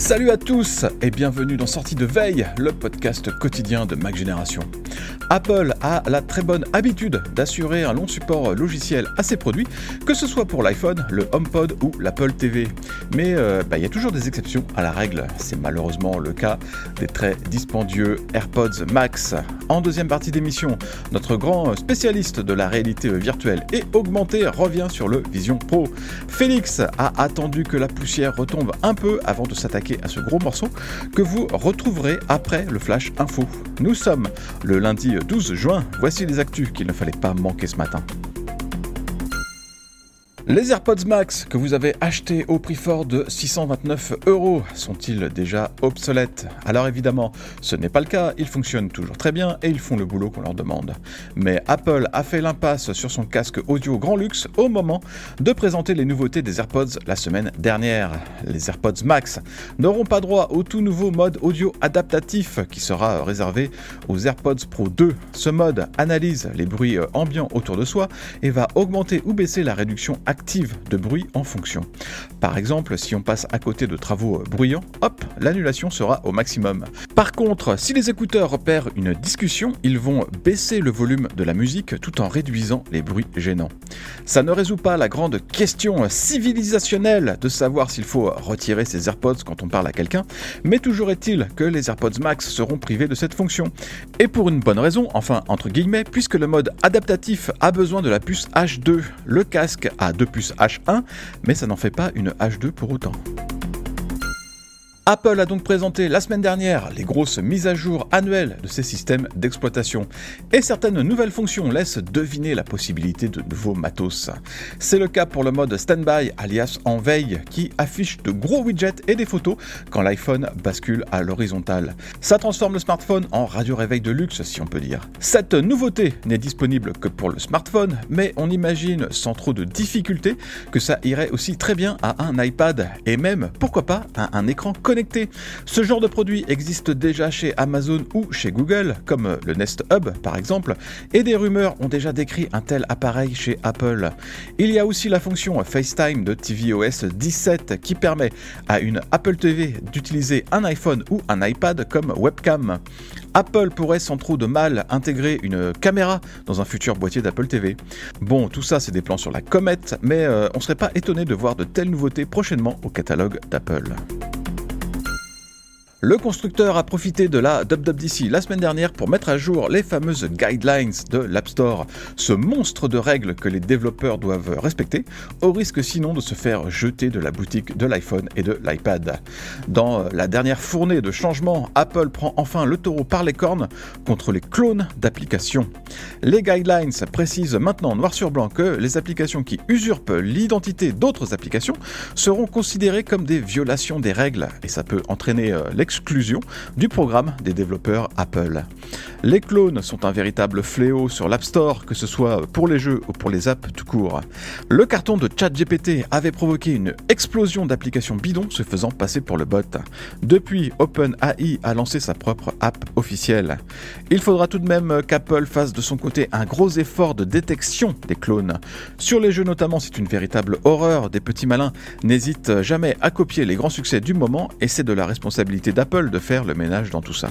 Salut à tous et bienvenue dans Sortie de Veille, le podcast quotidien de Mac Génération. Apple a la très bonne habitude d'assurer un long support logiciel à ses produits, que ce soit pour l'iPhone, le HomePod ou l'Apple TV. Mais il y a toujours des exceptions à la règle. C'est malheureusement le cas des très dispendieux AirPods Max. En deuxième partie d'émission, notre grand spécialiste de la réalité virtuelle et augmentée revient sur le Vision Pro. Félix a attendu que la poussière retombe un peu avant de s'attaquer à ce gros morceau que vous retrouverez après le Flash Info. Nous sommes le lundi 12 juin, voici les actus qu'il ne fallait pas manquer ce matin. Les AirPods Max que vous avez achetés au prix fort de 629 € sont-ils déjà obsolètes ? Alors évidemment, ce n'est pas le cas, ils fonctionnent toujours très bien et ils font le boulot qu'on leur demande. Mais Apple a fait l'impasse sur son casque audio grand luxe au moment de présenter les nouveautés des AirPods la semaine dernière. Les AirPods Max n'auront pas droit au tout nouveau mode audio adaptatif qui sera réservé aux AirPods Pro 2. Ce mode analyse les bruits ambiants autour de soi et va augmenter ou baisser la réduction active de bruit en fonction. Par exemple, si on passe à côté de travaux bruyants, hop, l'annulation sera au maximum. Par contre, si les écouteurs repèrent une discussion, ils vont baisser le volume de la musique tout en réduisant les bruits gênants. Ça ne résout pas la grande question civilisationnelle de savoir s'il faut retirer ses AirPods quand on parle à quelqu'un, mais toujours est-il que les AirPods Max seront privés de cette fonction. Et pour une bonne raison, enfin entre guillemets, puisque le mode adaptatif a besoin de la puce H2. Le casque a deux puces H1, mais ça n'en fait pas une H2 pour autant. Apple a donc présenté la semaine dernière les grosses mises à jour annuelles de ses systèmes d'exploitation. Et certaines nouvelles fonctions laissent deviner la possibilité de nouveaux matos. C'est le cas pour le mode Standby, alias en veille, qui affiche de gros widgets et des photos quand l'iPhone bascule à l'horizontale. Ça transforme le smartphone en radio-réveil de luxe, si on peut dire. Cette nouveauté n'est disponible que pour le smartphone, mais on imagine sans trop de difficulté que ça irait aussi très bien à un iPad, et même, pourquoi pas, à un écran connecté. Ce genre de produit existe déjà chez Amazon ou chez Google, comme le Nest Hub par exemple, et des rumeurs ont déjà décrit un tel appareil chez Apple. Il y a aussi la fonction FaceTime de tvOS 17 qui permet à une Apple TV d'utiliser un iPhone ou un iPad comme webcam. Apple pourrait sans trop de mal intégrer une caméra dans un futur boîtier d'Apple TV. Bon, tout ça c'est des plans sur la comète, mais on serait pas étonné de voir de telles nouveautés prochainement au catalogue d'Apple. Le constructeur a profité de la WWDC la semaine dernière pour mettre à jour les fameuses guidelines de l'App Store, ce monstre de règles que les développeurs doivent respecter, au risque sinon de se faire jeter de la boutique de l'iPhone et de l'iPad. Dans la dernière fournée de changements, Apple prend enfin le taureau par les cornes contre les clones d'applications. Les guidelines précisent maintenant noir sur blanc que les applications qui usurpent l'identité d'autres applications seront considérées comme des violations des règles, et ça peut entraîner l'exclusion du programme des développeurs Apple. Les clones sont un véritable fléau sur l'App Store, que ce soit pour les jeux ou pour les apps tout court. Le carton de ChatGPT avait provoqué une explosion d'applications bidons se faisant passer pour le bot. Depuis, OpenAI a lancé sa propre app officielle. Il faudra tout de même qu'Apple fasse de son côté un gros effort de détection des clones. Sur les jeux notamment, c'est une véritable horreur. Des petits malins n'hésitent jamais à copier les grands succès du moment et c'est de la responsabilité d'Apple de faire le ménage dans tout ça.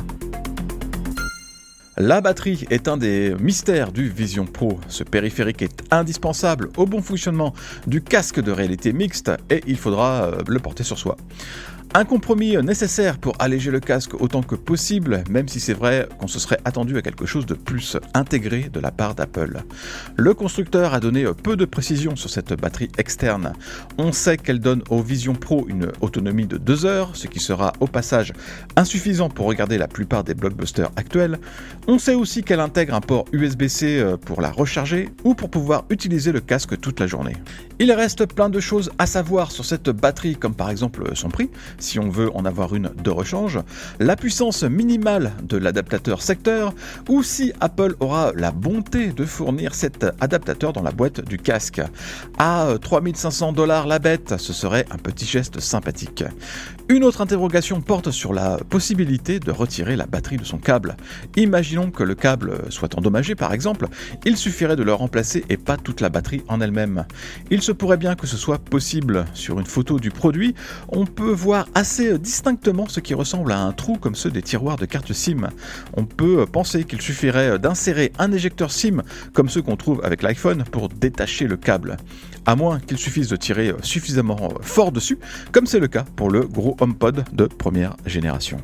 La batterie est un des mystères du Vision Pro. Ce périphérique est indispensable au bon fonctionnement du casque de réalité mixte et il faudra le porter sur soi. Un compromis nécessaire pour alléger le casque autant que possible, même si c'est vrai qu'on se serait attendu à quelque chose de plus intégré de la part d'Apple. Le constructeur a donné peu de précisions sur cette batterie externe. On sait qu'elle donne au Vision Pro une autonomie de 2 heures, ce qui sera au passage insuffisant pour regarder la plupart des blockbusters actuels. On sait aussi qu'elle intègre un port USB-C pour la recharger ou pour pouvoir utiliser le casque toute la journée. Il reste plein de choses à savoir sur cette batterie, comme par exemple son prix, si on veut en avoir une de rechange, la puissance minimale de l'adaptateur secteur, ou si Apple aura la bonté de fournir cet adaptateur dans la boîte du casque. À $3 500 la bête, ce serait un petit geste sympathique. Une autre interrogation porte sur la possibilité de retirer la batterie de son câble. Imaginons que le câble soit endommagé par exemple, il suffirait de le remplacer et pas toute la batterie en elle-même. Il se pourrait bien que ce soit possible. Sur une photo du produit, on peut voir assez distinctement ce qui ressemble à un trou comme ceux des tiroirs de cartes SIM. On peut penser qu'il suffirait d'insérer un éjecteur SIM comme ceux qu'on trouve avec l'iPhone pour détacher le câble. À moins qu'il suffise de tirer suffisamment fort dessus, comme c'est le cas pour le gros HomePod de première génération.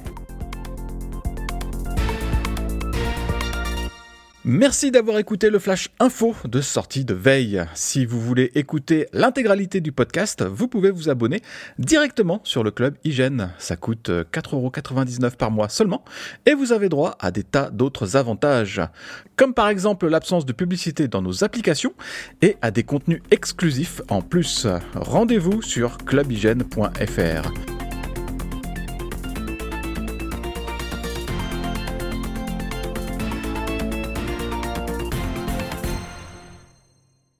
Merci d'avoir écouté le Flash Info de sortie de veille. Si vous voulez écouter l'intégralité du podcast, vous pouvez vous abonner directement sur le Club Hygiène. Ça coûte 4,99€ par mois seulement et vous avez droit à des tas d'autres avantages, comme par exemple l'absence de publicité dans nos applications et à des contenus exclusifs en plus. Rendez-vous sur clubhygiène.fr.